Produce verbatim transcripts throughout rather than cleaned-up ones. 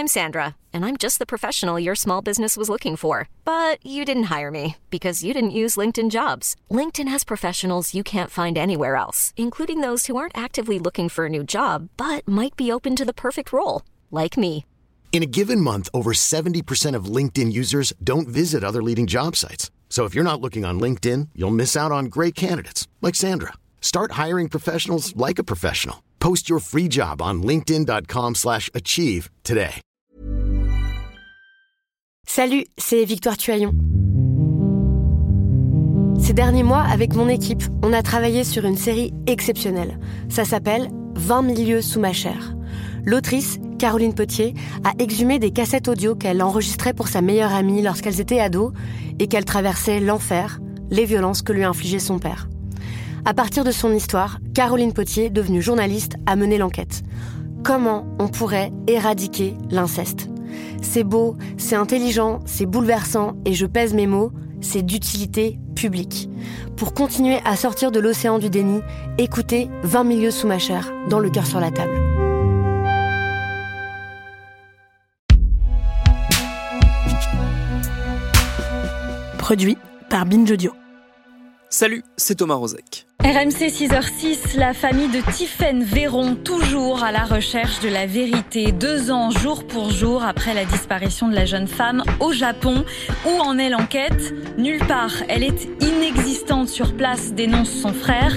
I'm Sandra, and I'm just the professional your small business was looking for. But you didn't hire me because you didn't use LinkedIn Jobs. LinkedIn has professionals you can't find anywhere else, including those who aren't actively looking for a new job, but might be open to the perfect role, like me. In a given month, over seventy percent of LinkedIn users don't visit other leading job sites. So if you're not looking on LinkedIn, you'll miss out on great candidates like Sandra. Start hiring professionals like a professional. Post your free job on linkedin.com slash achieve today. Salut, c'est Victoire Tuaillon. Ces derniers mois, avec mon équipe, on a travaillé sur une série exceptionnelle. Ça s'appelle « vingt mille lieues sous ma chair ». L'autrice, Caroline Potier, a exhumé des cassettes audio qu'elle enregistrait pour sa meilleure amie lorsqu'elles étaient ados et qu'elle traversait l'enfer, les violences que lui infligeait son père. À partir de son histoire, Caroline Potier, devenue journaliste, a mené l'enquête. Comment on pourrait éradiquer l'inceste ? C'est beau, c'est intelligent, c'est bouleversant et je pèse mes mots, c'est d'utilité publique. Pour continuer à sortir de l'océan du déni, écoutez vingt mille lieues sous ma chair, dans Le cœur sur la table. Produit par Binge Audio. Salut, c'est Thomas Rozek. R M C six heures six, la famille de Tiphaine Véron, toujours à la recherche de la vérité. Deux ans, jour pour jour, après la disparition de la jeune femme au Japon. Où en est l'enquête ? Nulle part. Elle est inexistante sur place, dénonce son frère.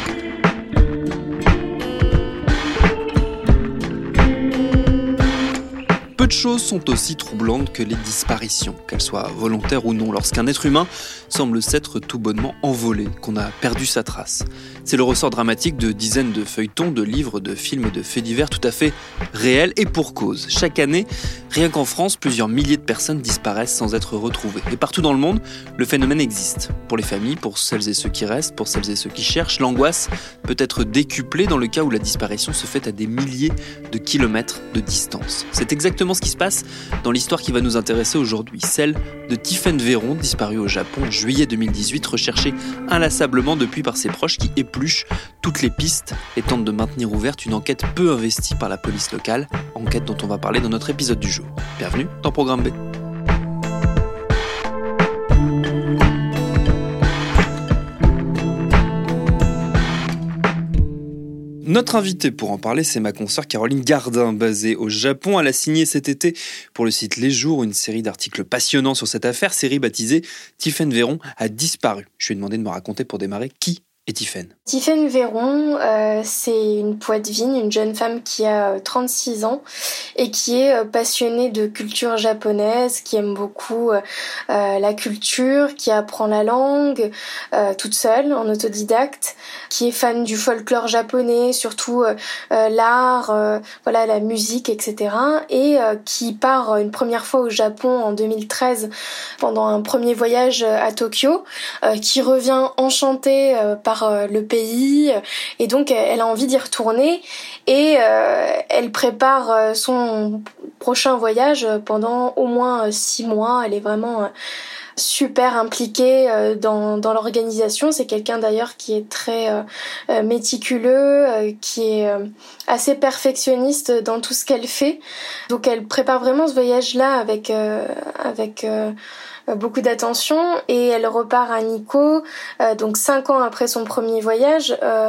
Peu de choses sont aussi troublantes que les disparitions, qu'elles soient volontaires ou non, lorsqu'un être humain semble s'être tout bonnement envolé, qu'on a perdu sa trace. C'est le ressort dramatique de dizaines de feuilletons, de livres, de films et de faits divers tout à fait réels et pour cause. Chaque année, rien qu'en France, plusieurs milliers de personnes disparaissent sans être retrouvées. Et partout dans le monde, le phénomène existe. Pour les familles, pour celles et ceux qui restent, pour celles et ceux qui cherchent, l'angoisse peut être décuplée dans le cas où la disparition se fait à des milliers de kilomètres de distance. C'est exactement ce qui se passe dans l'histoire qui va nous intéresser aujourd'hui, celle de Tiphaine Véron, disparue au Japon en juillet deux mille dix-huit, recherchée inlassablement depuis par ses proches qui épluchent toutes les pistes et tentent de maintenir ouverte une enquête peu investie par la police locale, enquête dont on va parler dans notre épisode du jour. Bienvenue dans Programme B. Notre invitée pour en parler, c'est ma consoeur Caroline Gardin, basée au Japon. Elle a signé cet été pour le site Les Jours une série d'articles passionnants sur cette affaire, série baptisée « Tiphaine Véron a disparu ». Je lui ai demandé de me raconter pour démarrer qui est Tiphaine. Tiphaine Véron, euh, c'est une poitevine, une jeune femme qui a trente-six ans et qui est euh, passionnée de culture japonaise, qui aime beaucoup euh, la culture, qui apprend la langue euh, toute seule, en autodidacte, qui est fan du folklore japonais, surtout euh, euh, l'art, euh, voilà, la musique, et cetera. Et euh, qui part une première fois au Japon en deux mille treize pendant un premier voyage à Tokyo, euh, qui revient enchantée euh, par euh, le pays, et donc elle a envie d'y retourner et euh, elle prépare euh, son prochain voyage pendant au moins euh, six mois. Elle est vraiment euh, super impliquée euh, dans, dans l'organisation. C'est quelqu'un d'ailleurs qui est très euh, méticuleux, euh, qui est euh, assez perfectionniste dans tout ce qu'elle fait. Donc elle prépare vraiment ce voyage-là avec euh, avec euh, beaucoup d'attention et elle repart à Nikko, euh, donc cinq ans après son premier voyage, euh,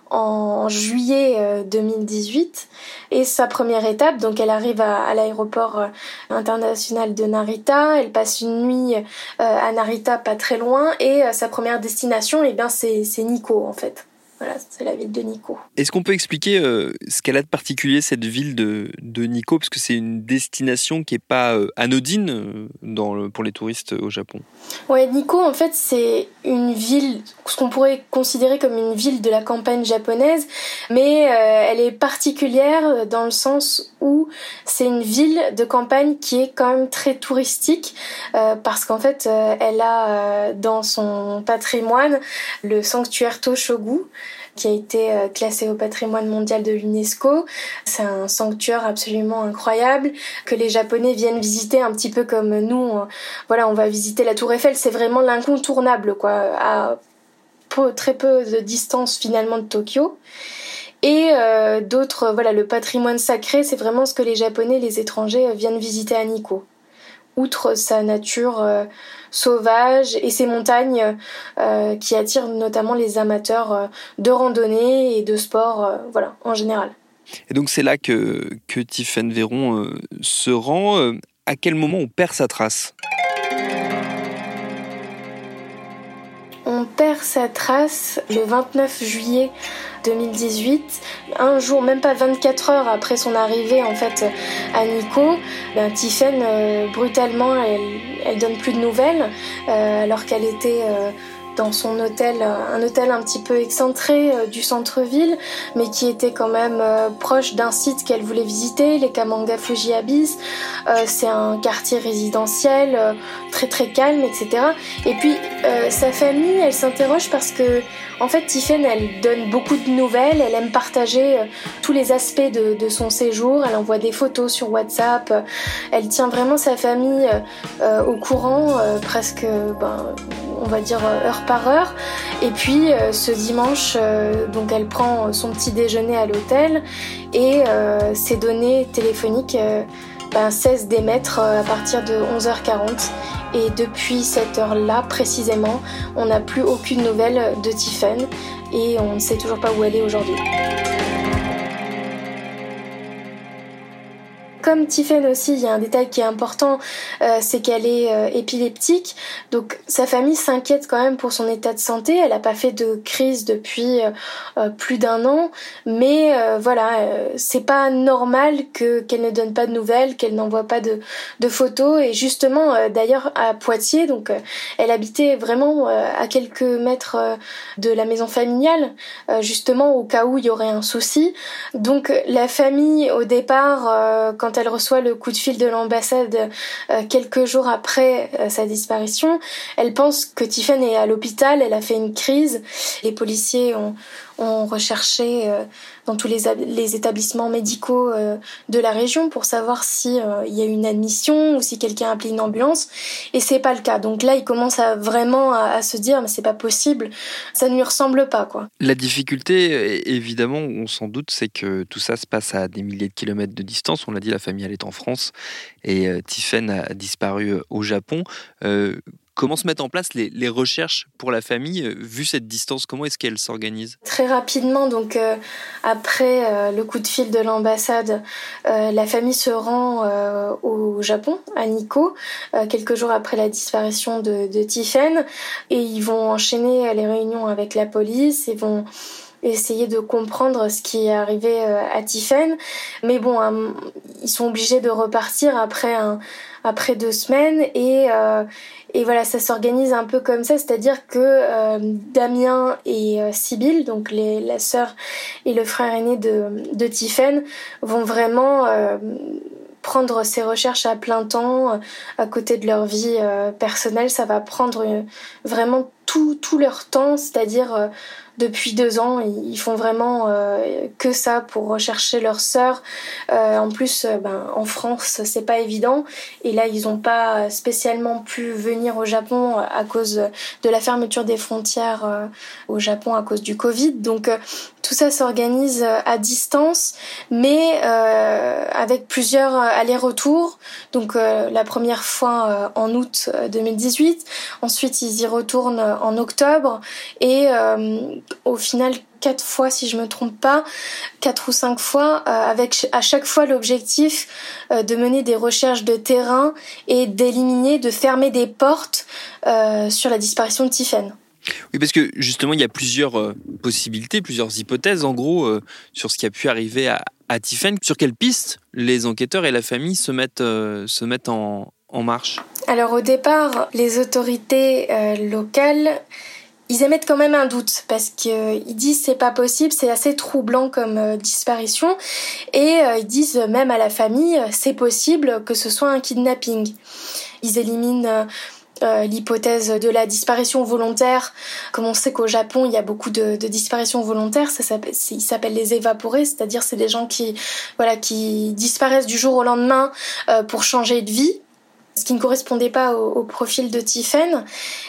en juillet euh, deux mille dix-huit. Et sa première étape, donc elle arrive à, à l'aéroport euh, international de Narita, elle passe une nuit euh, à Narita, pas très loin, et euh, sa première destination, eh bien, c'est, c'est Nikko en fait. Voilà, c'est la ville de Nikko. Est-ce qu'on peut expliquer euh, ce qu'elle a de particulier, cette ville de, de Nikko, parce que c'est une destination qui n'est pas euh, anodine euh, dans le, pour les touristes au Japon. Ouais, Nikko, en fait, c'est une ville, ce qu'on pourrait considérer comme une ville de la campagne japonaise, mais euh, elle est particulière dans le sens où c'est une ville de campagne qui est quand même très touristique, euh, parce qu'en fait, euh, elle a euh, dans son patrimoine le sanctuaire Toshogu, qui a été classé au patrimoine mondial de l'UNESCO. C'est un sanctuaire absolument incroyable que les Japonais viennent visiter un petit peu comme nous. On, voilà, on va visiter la Tour Eiffel, c'est vraiment l'incontournable, quoi, à peu, très peu de distance finalement de Tokyo. Et euh, d'autres, voilà, le patrimoine sacré, c'est vraiment ce que les Japonais, les étrangers viennent visiter à Nikko. Outre sa nature euh, sauvage et ses montagnes euh, qui attirent notamment les amateurs euh, de randonnée et de sport, euh, voilà, en général. Et donc c'est là que, que Tiphaine Véron euh, se rend. Euh, à quel moment on perd sa trace ? On perd sa trace le vingt-neuf juillet deux mille dix-huit, un jour, même pas vingt-quatre heures après son arrivée en fait à Nikko. Ben, Tiphaine, euh, brutalement, elle, elle donne plus de nouvelles, euh, alors qu'elle était euh, dans son hôtel, un hôtel un petit peu excentré euh, du centre-ville, mais qui était quand même euh, proche d'un site qu'elle voulait visiter, les Kamanga Fuji Abyss. Euh, c'est un quartier résidentiel euh, très très calme, et cetera. Et puis euh, sa famille, elle s'interroge parce que en fait, Tiphaine, elle donne beaucoup de nouvelles, elle aime partager euh, tous les aspects de, de son séjour, elle envoie des photos sur WhatsApp, euh, elle tient vraiment sa famille euh, au courant, euh, presque, ben, on va dire, euh, heure par heure. Et puis, euh, ce dimanche, euh, donc elle prend son petit déjeuner à l'hôtel et euh, ses données téléphoniques euh, ben, cessent d'émettre euh, à partir de onze heures quarante. Et depuis cette heure-là, précisément, on n'a plus aucune nouvelle de Tiphaine et on ne sait toujours pas où elle est aujourd'hui. Comme Tiphaine aussi, il y a un détail qui est important, euh, c'est qu'elle est euh, épileptique. Donc sa famille s'inquiète quand même pour son état de santé. Elle n'a pas fait de crise depuis euh, plus d'un an, mais euh, voilà, euh, c'est pas normal que qu'elle ne donne pas de nouvelles, qu'elle n'envoie pas de de photos. Et justement, euh, d'ailleurs à Poitiers, donc euh, elle habitait vraiment euh, à quelques mètres euh, de la maison familiale, euh, justement au cas où il y aurait un souci. Donc la famille, au départ, euh, quand elle reçoit le coup de fil de l'ambassade euh, quelques jours après euh, sa disparition, elle pense que Tiphaine est à l'hôpital, elle a fait une crise. Les policiers ont, ont recherché euh, dans tous les, les établissements médicaux euh, de la région pour savoir si euh, il y a eu une admission ou si quelqu'un a appelé une ambulance, et c'est pas le cas. Donc là, il commence à vraiment à, à se dire mais c'est pas possible, ça ne lui ressemble pas, quoi. La difficulté, évidemment, on s'en doute, c'est que tout ça se passe à des milliers de kilomètres de distance. On l'a dit, la famille elle est en France et euh, Tiphaine a disparu euh, au Japon. Euh, Comment se mettent en place les, les recherches pour la famille, euh, vu cette distance? Comment est-ce qu'elle s'organise? Très rapidement, donc euh, après euh, le coup de fil de l'ambassade, euh, la famille se rend euh, au Japon, à Nikko, euh, quelques jours après la disparition de, de Tiphaine, et ils vont enchaîner les réunions avec la police, ils vont essayer de comprendre ce qui est arrivé à Tiphaine. Mais bon, hein, ils sont obligés de repartir après un, après deux semaines et euh, et voilà, ça s'organise un peu comme ça, c'est-à-dire que euh, Damien et euh, Sybille, donc les, la sœur et le frère aîné de de Tiphaine, vont vraiment euh, prendre ces recherches à plein temps, euh, à côté de leur vie euh, personnelle. Ça va prendre euh, vraiment tout tout leur temps, c'est-à-dire euh, depuis deux ans, ils font vraiment euh, que ça pour rechercher leur sœur. Euh, en plus, euh, ben, en France, c'est pas évident. Et là, ils n'ont pas spécialement pu venir au Japon à cause de la fermeture des frontières euh, au Japon à cause du Covid. Donc, euh, tout ça s'organise à distance, mais euh, avec plusieurs allers-retours. Donc, euh, la première fois euh, en août deux mille dix-huit. Ensuite, ils y retournent en octobre. Et euh, au final, quatre fois, si je me trompe pas, quatre ou cinq fois, euh, avec à chaque fois l'objectif euh, de mener des recherches de terrain et d'éliminer, de fermer des portes euh, sur la disparition de Tiphaine. Oui, parce que justement, il y a plusieurs euh, possibilités, plusieurs hypothèses, en gros, euh, sur ce qui a pu arriver à, à Tiphaine. Sur quelles pistes les enquêteurs et la famille se mettent, euh, se mettent en, en marche? Alors au départ, les autorités euh, locales, ils émettent quand même un doute parce qu'ils euh, disent c'est pas possible, c'est assez troublant comme euh, disparition, et euh, ils disent même à la famille c'est possible que ce soit un kidnapping. Ils éliminent euh, euh, l'hypothèse de la disparition volontaire. Comme on sait qu'au Japon il y a beaucoup de, de disparitions volontaires, ça s'appelle, ils s'appellent les évaporés, c'est-à-dire c'est des gens qui voilà qui disparaissent du jour au lendemain euh, pour changer de vie. ce qui ne correspondait pas au, au profil de Tiphaine.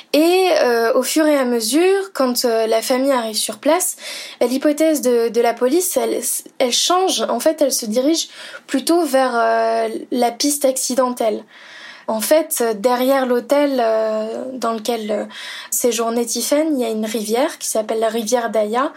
Et euh, au fur et à mesure, quand euh, la famille arrive sur place, l'hypothèse de, de la police, elle, elle change. En fait, elle se dirige plutôt vers euh, la piste accidentelle. En fait, derrière l'hôtel euh, dans lequel euh, séjournait Tiphaine, il y a une rivière qui s'appelle la rivière Daya.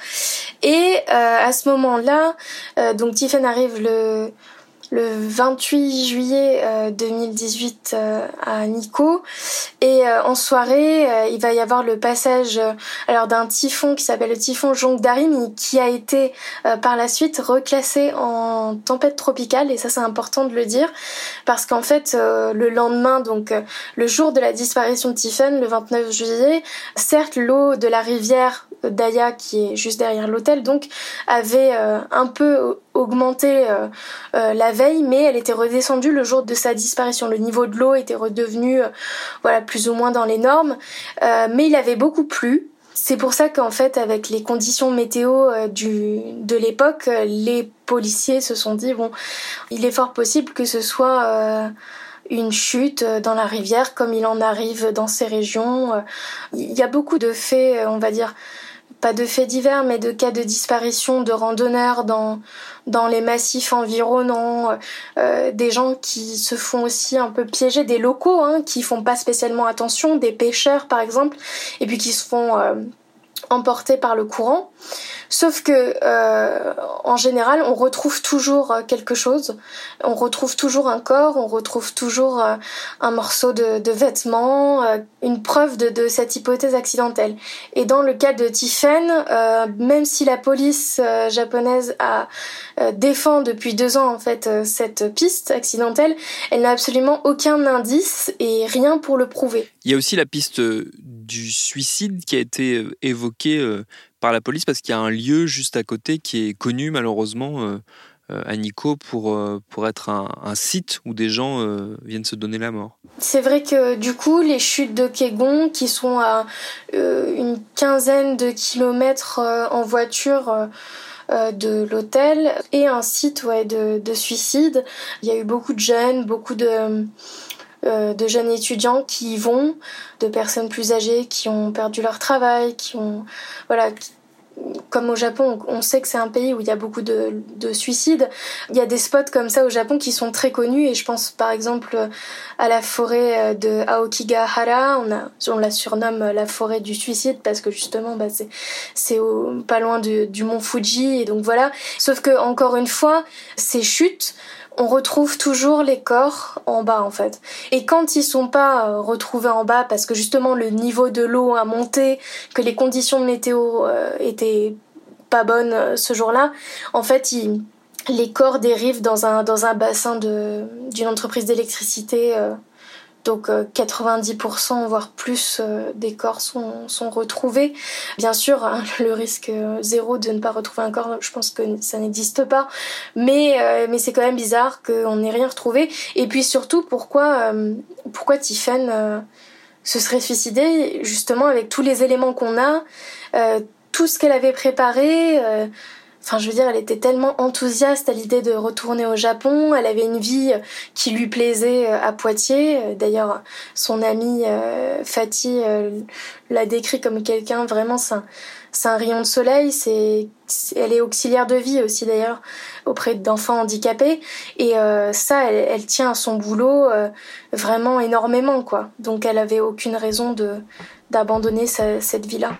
Et euh, à ce moment-là, euh, donc Tiphaine arrive le... le vingt-huit juillet deux mille dix-huit euh, à Nikko, et euh, en soirée euh, il va y avoir le passage euh, alors d'un typhon qui s'appelle le typhon Jongdari, mais qui a été euh, par la suite reclassé en tempête tropicale, et ça c'est important de le dire parce qu'en fait euh, le lendemain, donc euh, le jour de la disparition de Tiphaine, le vingt-neuf juillet, certes l'eau de la rivière Daya qui est juste derrière l'hôtel donc avait euh, un peu augmenté euh, euh, la veille, mais elle était redescendue le jour de sa disparition. Le niveau de l'eau était redevenu euh, voilà, plus ou moins dans les normes, euh, mais il avait beaucoup plu. C'est pour ça qu'en fait, avec les conditions météo euh, du, de l'époque, euh, les policiers se sont dit, bon, il est fort possible que ce soit euh, une chute dans la rivière, comme il en arrive dans ces régions. Il y a beaucoup de faits, on va dire, pas de faits divers, mais de cas de disparition de randonneurs dans, dans les massifs environnants, euh, des gens qui se font aussi un peu piéger, des locaux hein, qui font pas spécialement attention, des pêcheurs par exemple, et puis qui se font euh, emporter par le courant. Sauf que, euh, en général, on retrouve toujours quelque chose. On retrouve toujours un corps, on retrouve toujours euh, un morceau de, de vêtement, euh, une preuve de, de cette hypothèse accidentelle. Et dans le cas de Tiphaine, euh, même si la police euh, japonaise a euh, défend depuis deux ans en fait euh, cette piste accidentelle, elle n'a absolument aucun indice et rien pour le prouver. Il y a aussi la piste du suicide qui a été évoquée euh, par la police parce qu'il y a un lieu juste à côté qui est connu malheureusement euh, euh, à Nikko pour, euh, pour être un, un site où des gens euh, viennent se donner la mort. C'est vrai que du coup les chutes de Kegon qui sont à euh, une quinzaine de kilomètres euh, en voiture euh, euh, de l'hôtel et un site ouais, de, de suicide. Il y a eu beaucoup de jeunes, beaucoup de... Euh, de jeunes étudiants qui y vont, de personnes plus âgées qui ont perdu leur travail, qui ont... Voilà, qui, comme au Japon, on sait que c'est un pays où il y a beaucoup de, de suicides. Il y a des spots comme ça au Japon qui sont très connus et je pense par exemple à la forêt de Aokigahara. On, a, on la surnomme la forêt du suicide parce que justement bah, c'est, c'est au, pas loin de, du mont Fuji et donc voilà. Sauf que encore une fois, ces chutes, on retrouve toujours les corps en bas en fait. Et quand ils sont pas retrouvés en bas parce que justement le niveau de l'eau a monté, que les conditions météo euh, étaient pas bonnes euh, ce jour-là, en fait ils, les corps dérivent dans un, dans un bassin de, d'une entreprise d'électricité. Euh, donc euh, quatre-vingt-dix pour cent voire plus euh, des corps sont, sont retrouvés. Bien sûr, hein, le risque euh, zéro de ne pas retrouver un corps, je pense que ça n'existe pas. Mais, euh, mais c'est quand même bizarre qu'on n'ait rien retrouvé. Et puis surtout, pourquoi, euh, pourquoi Tiphaine euh, se serait suicidée justement avec tous les éléments qu'on a, euh, tout ce qu'elle avait préparé. Euh, Enfin, je veux dire, elle était tellement enthousiaste à l'idée de retourner au Japon. Elle avait une vie qui lui plaisait à Poitiers. D'ailleurs, son amie euh, Fatih euh, l'a décrit comme quelqu'un vraiment, c'est un, c'est un rayon de soleil. C'est, c'est, elle est auxiliaire de vie aussi d'ailleurs auprès d'enfants handicapés. Et euh, ça, elle, elle tient à son boulot euh, vraiment énormément, quoi. Donc, elle avait aucune raison de d'abandonner sa, cette vie-là.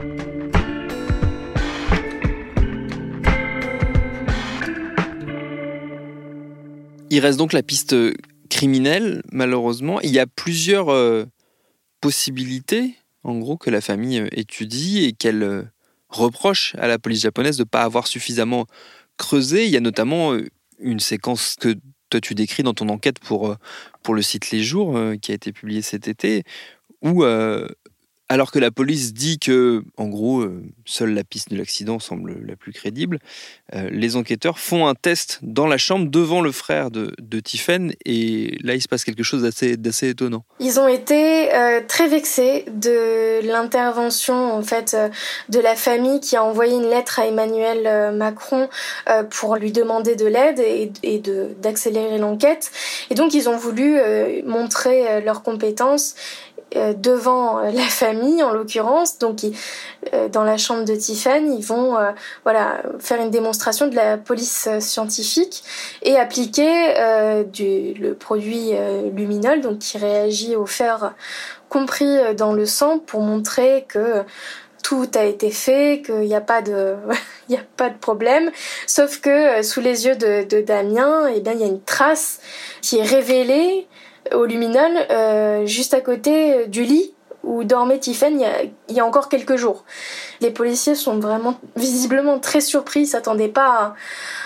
Il reste donc la piste criminelle, malheureusement. Il y a plusieurs euh, possibilités, en gros, que la famille étudie et qu'elle euh, reproche à la police japonaise de ne pas avoir suffisamment creusé. Il y a notamment euh, une séquence que toi tu décris dans ton enquête pour, euh, pour le site Les Jours, euh, qui a été publié cet été, où euh, Alors que la police dit que, en gros, euh, seule la piste de l'accident semble la plus crédible, euh, les enquêteurs font un test dans la chambre devant le frère de, de Tiphaine, et là, il se passe quelque chose d'assez, d'assez étonnant. Ils ont été euh, très vexés de l'intervention en fait euh, de la famille qui a envoyé une lettre à Emmanuel euh, Macron euh, pour lui demander de l'aide et, et de, d'accélérer l'enquête. Et donc, ils ont voulu euh, montrer euh, leurs compétences devant la famille en l'occurrence. Donc ils, euh, dans la chambre de Tiphaine, ils vont euh, voilà faire une démonstration de la police scientifique et appliquer euh, du, le produit euh, luminol, donc qui réagit au fer compris dans le sang, pour montrer que tout a été fait, qu'il n'y a pas de, il y a pas de problème. Sauf que sous les yeux de, de Damien, eh bien il y a une trace qui est révélée au luminol, euh, juste à côté du lit où dormait Tiphaine il y, a, il y a encore quelques jours. Les policiers sont vraiment visiblement très surpris, ils s'attendaient pas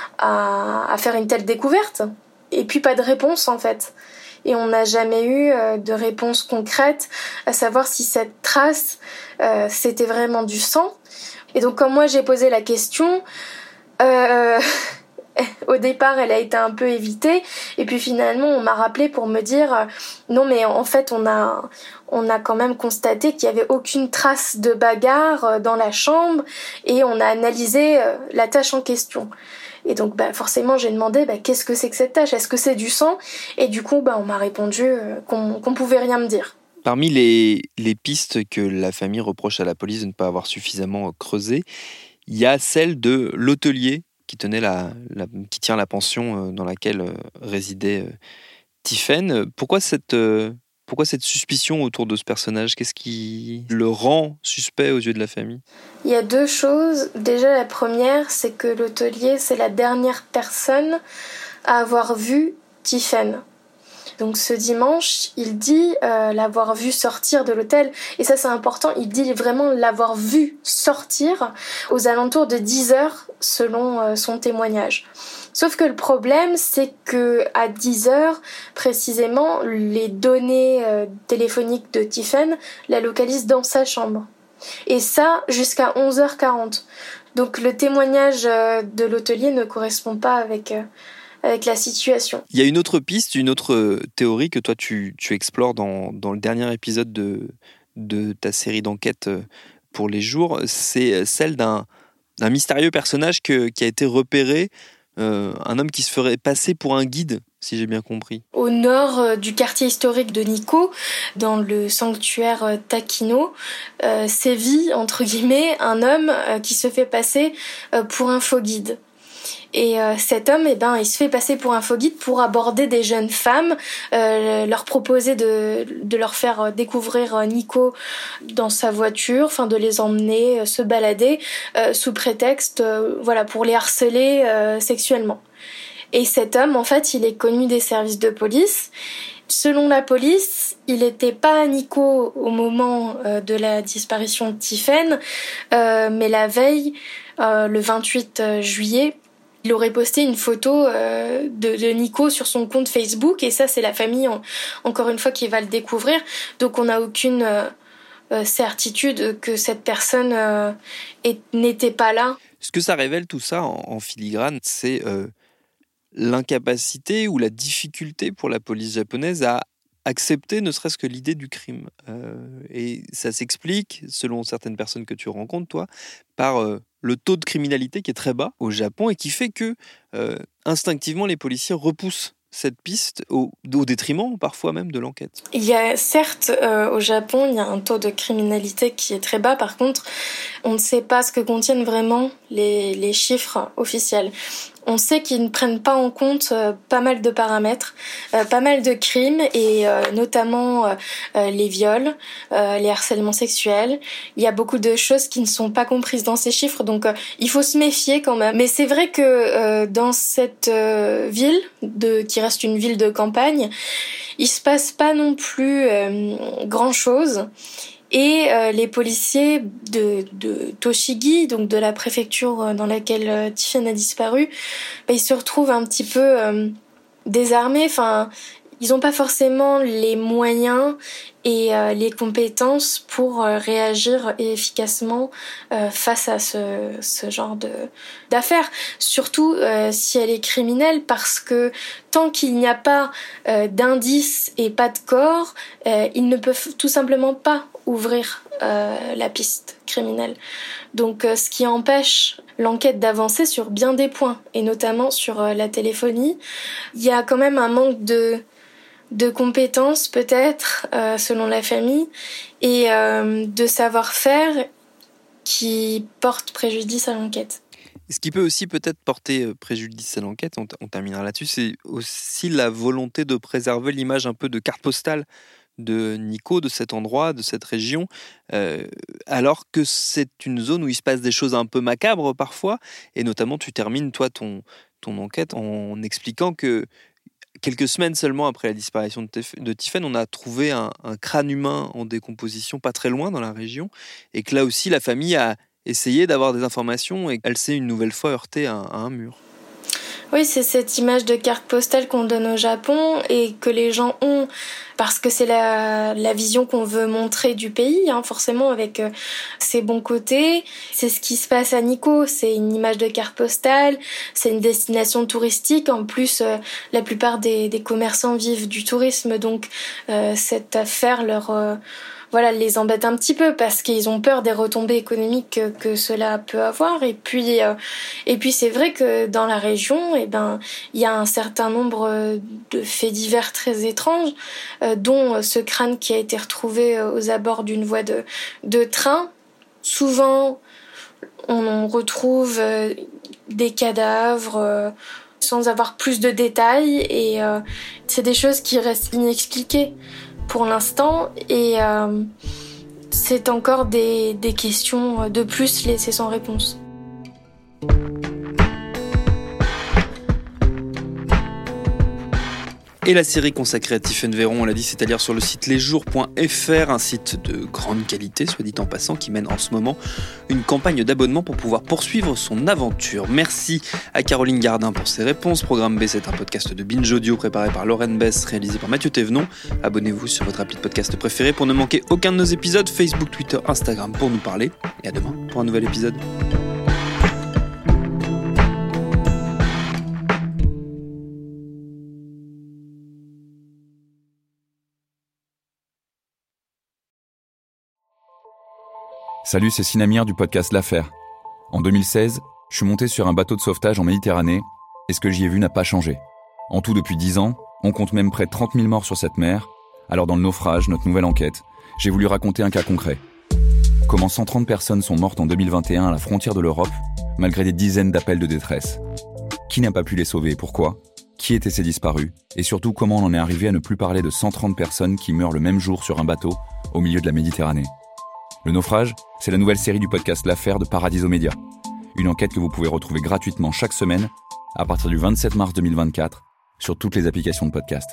à, à, à faire une telle découverte. Et puis pas de réponse en fait. Et on n'a jamais eu euh, de réponse concrète à savoir si cette trace euh, c'était vraiment du sang. Et donc quand moi j'ai posé la question, euh, au départ, elle a été un peu évitée, et puis finalement, on m'a rappelé pour me dire euh, non, mais en fait, on a, on a quand même constaté qu'il y avait aucune trace de bagarre euh, dans la chambre, et on a analysé euh, la tache en question. Et donc, bah, forcément, j'ai demandé bah, qu'est-ce que c'est que cette tache ? Est-ce que c'est du sang ? Et du coup, bah, on m'a répondu euh, qu'on, qu'on pouvait rien me dire. Parmi les, les pistes que la famille reproche à la police de ne pas avoir suffisamment creusées, il y a celle de l'hôtelier qui tenait la, la, qui tient la pension dans laquelle résidait Tiphaine. Pourquoi cette, pourquoi cette suspicion autour de ce personnage ? Qu'est-ce qui le rend suspect aux yeux de la famille ? Il y a deux choses. Déjà, la première, c'est que l'hôtelier, c'est la dernière personne à avoir vu Tiphaine. Donc ce dimanche, il dit euh, l'avoir vu sortir de l'hôtel. Et ça, c'est important, il dit vraiment l'avoir vu sortir aux alentours de dix heures, selon euh, son témoignage. Sauf que le problème, c'est que à dix heures, précisément, les données euh, téléphoniques de Tiphaine la localisent dans sa chambre. Et ça, jusqu'à onze heures quarante. Donc le témoignage euh, de l'hôtelier ne correspond pas avec... Euh, avec la situation. Il y a une autre piste, une autre théorie que toi tu, tu explores dans, dans le dernier épisode de, de ta série d'enquêtes pour les jours, c'est celle d'un, d'un mystérieux personnage que, qui a été repéré, euh, un homme qui se ferait passer pour un guide, si j'ai bien compris. Au nord euh, du quartier historique de Nikko, dans le sanctuaire euh, Takino, euh, sévit, entre guillemets, un homme euh, qui se fait passer euh, pour un faux guide. Et euh, cet homme, eh ben, il se fait passer pour un faux guide pour aborder des jeunes femmes, euh, leur proposer de, de leur faire découvrir Nikko dans sa voiture, enfin de les emmener euh, se balader euh, sous prétexte, euh, voilà, pour les harceler euh, sexuellement. Et cet homme, en fait, il est connu des services de police. Selon la police, il n'était pas à Nikko au moment euh, de la disparition de Tiphaine, euh, mais la veille, euh, le vingt-huit juillet, il aurait posté une photo euh, de, de Nikko sur son compte Facebook, et ça, c'est la famille, en, encore une fois, qui va le découvrir. Donc, on n'a aucune euh, certitude que cette personne euh, est, n'était pas là. Ce que ça révèle, tout ça, en, en filigrane, c'est euh, l'incapacité ou la difficulté pour la police japonaise à accepter ne serait-ce que l'idée du crime. Euh, et ça s'explique, selon certaines personnes que tu rencontres, toi, par... Euh, le taux de criminalité qui est très bas au Japon et qui fait que, euh, instinctivement, les policiers repoussent cette piste au, au détriment, parfois même, de l'enquête. Il y a, certes, euh, au Japon, il y a un taux de criminalité qui est très bas. Par contre, on ne sait pas ce que contiennent vraiment les, les chiffres officiels. On sait qu'ils ne prennent pas en compte euh, pas mal de paramètres, euh, pas mal de crimes, et euh, notamment euh, euh, les viols, euh, les harcèlements sexuels. Il y a beaucoup de choses qui ne sont pas comprises dans ces chiffres, donc euh, il faut se méfier quand même. Mais c'est vrai que euh, dans cette euh, ville, de, qui reste une ville de campagne, il se passe pas non plus euh, grand-chose. Et euh, les policiers de, de Tochigi, donc de la préfecture dans laquelle euh, Tiphaine a disparu, bah, ils se retrouvent un petit peu euh, désarmés. Enfin, ils n'ont pas forcément les moyens et euh, les compétences pour euh, réagir efficacement euh, face à ce, ce genre de, d'affaires. Surtout euh, si elle est criminelle, parce que tant qu'il n'y a pas euh, d'indices et pas de corps, euh, ils ne peuvent tout simplement pas ouvrir euh, la piste criminelle. Donc euh, ce qui empêche l'enquête d'avancer sur bien des points, et notamment sur euh, la téléphonie. Il y a quand même un manque de de compétences peut-être, euh, selon la famille, et euh, de savoir-faire qui porte préjudice à l'enquête. Ce qui peut aussi peut-être porter préjudice à l'enquête, on, t- on terminera là-dessus, c'est aussi la volonté de préserver l'image un peu de carte postale de Nico, de cet endroit, de cette région, euh, alors que c'est une zone où il se passe des choses un peu macabres parfois, et notamment tu termines toi ton, ton enquête en expliquant que quelques semaines seulement après la disparition de, Tef- de Tiphaine, on a trouvé un, un crâne humain en décomposition pas très loin dans la région, et que là aussi la famille a essayé d'avoir des informations et elle s'est une nouvelle fois heurtée à, à un mur. Oui, c'est cette image de carte postale qu'on donne au Japon et que les gens ont parce que c'est la, la vision qu'on veut montrer du pays, hein, forcément avec euh, ses bons côtés. C'est ce qui se passe à Nikko, c'est une image de carte postale, c'est une destination touristique. En plus, euh, la plupart des, des commerçants vivent du tourisme, donc euh, cette affaire leur... Euh, voilà, les embête un petit peu parce qu'ils ont peur des retombées économiques que, que cela peut avoir. Et puis, euh, et puis c'est vrai que dans la région, eh ben, il y a un certain nombre de faits divers très étranges, euh, dont ce crâne qui a été retrouvé aux abords d'une voie de, de train. Souvent, on retrouve euh, des cadavres euh, sans avoir plus de détails, et euh, c'est des choses qui restent inexpliquées pour l'instant, et euh, c'est encore des, des questions de plus laissées sans réponse. Et la série consacrée à Tiphaine Véron, on l'a dit, c'est à lire sur le site lesjours point f r, un site de grande qualité, soit dit en passant, qui mène en ce moment une campagne d'abonnement pour pouvoir poursuivre son aventure. Merci à Caroline Gardin pour ses réponses. Programme B, c'est un podcast de Binge Audio préparé par Lorraine Bess, réalisé par Mathieu Thévenon. Abonnez-vous sur votre appli de podcast préféré pour ne manquer aucun de nos épisodes. Facebook, Twitter, Instagram pour nous parler. Et à demain pour un nouvel épisode. Salut, c'est Sinamir du podcast L'Affaire. En deux mille seize, je suis monté sur un bateau de sauvetage en Méditerranée et ce que j'y ai vu n'a pas changé. En tout, depuis dix ans, on compte même près de trente mille morts sur cette mer. Alors dans le naufrage, notre nouvelle enquête, j'ai voulu raconter un cas concret. Comment cent trente personnes sont mortes en deux mille vingt et un à la frontière de l'Europe, malgré des dizaines d'appels de détresse. Qui n'a pas pu les sauver et pourquoi ? Qui étaient ces disparus ? Et surtout, comment on en est arrivé à ne plus parler de cent trente personnes qui meurent le même jour sur un bateau au milieu de la Méditerranée ? Le naufrage, c'est la nouvelle série du podcast L'Affaire de Paradiso Media. Une enquête que vous pouvez retrouver gratuitement chaque semaine à partir du vingt-sept mars deux mille vingt-quatre sur toutes les applications de podcast.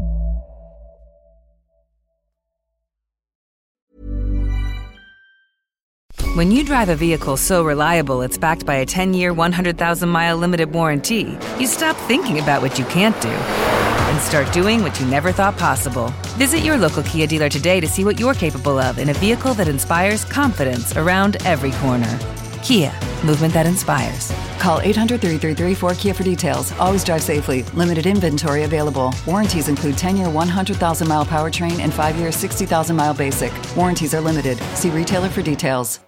When you drive a vehicle so reliable it's backed by a ten-year, one hundred thousand mile limited warranty, you stop thinking about what you can't do and start doing what you never thought possible. Visit your local Kia dealer today to see what you're capable of in a vehicle that inspires confidence around every corner. Kia, movement that inspires. Call eight hundred, three three three, four K I A for details. Always drive safely. Limited inventory available. Warranties include ten-year, one hundred thousand mile powertrain and five-year, sixty thousand mile basic. Warranties are limited. See retailer for details.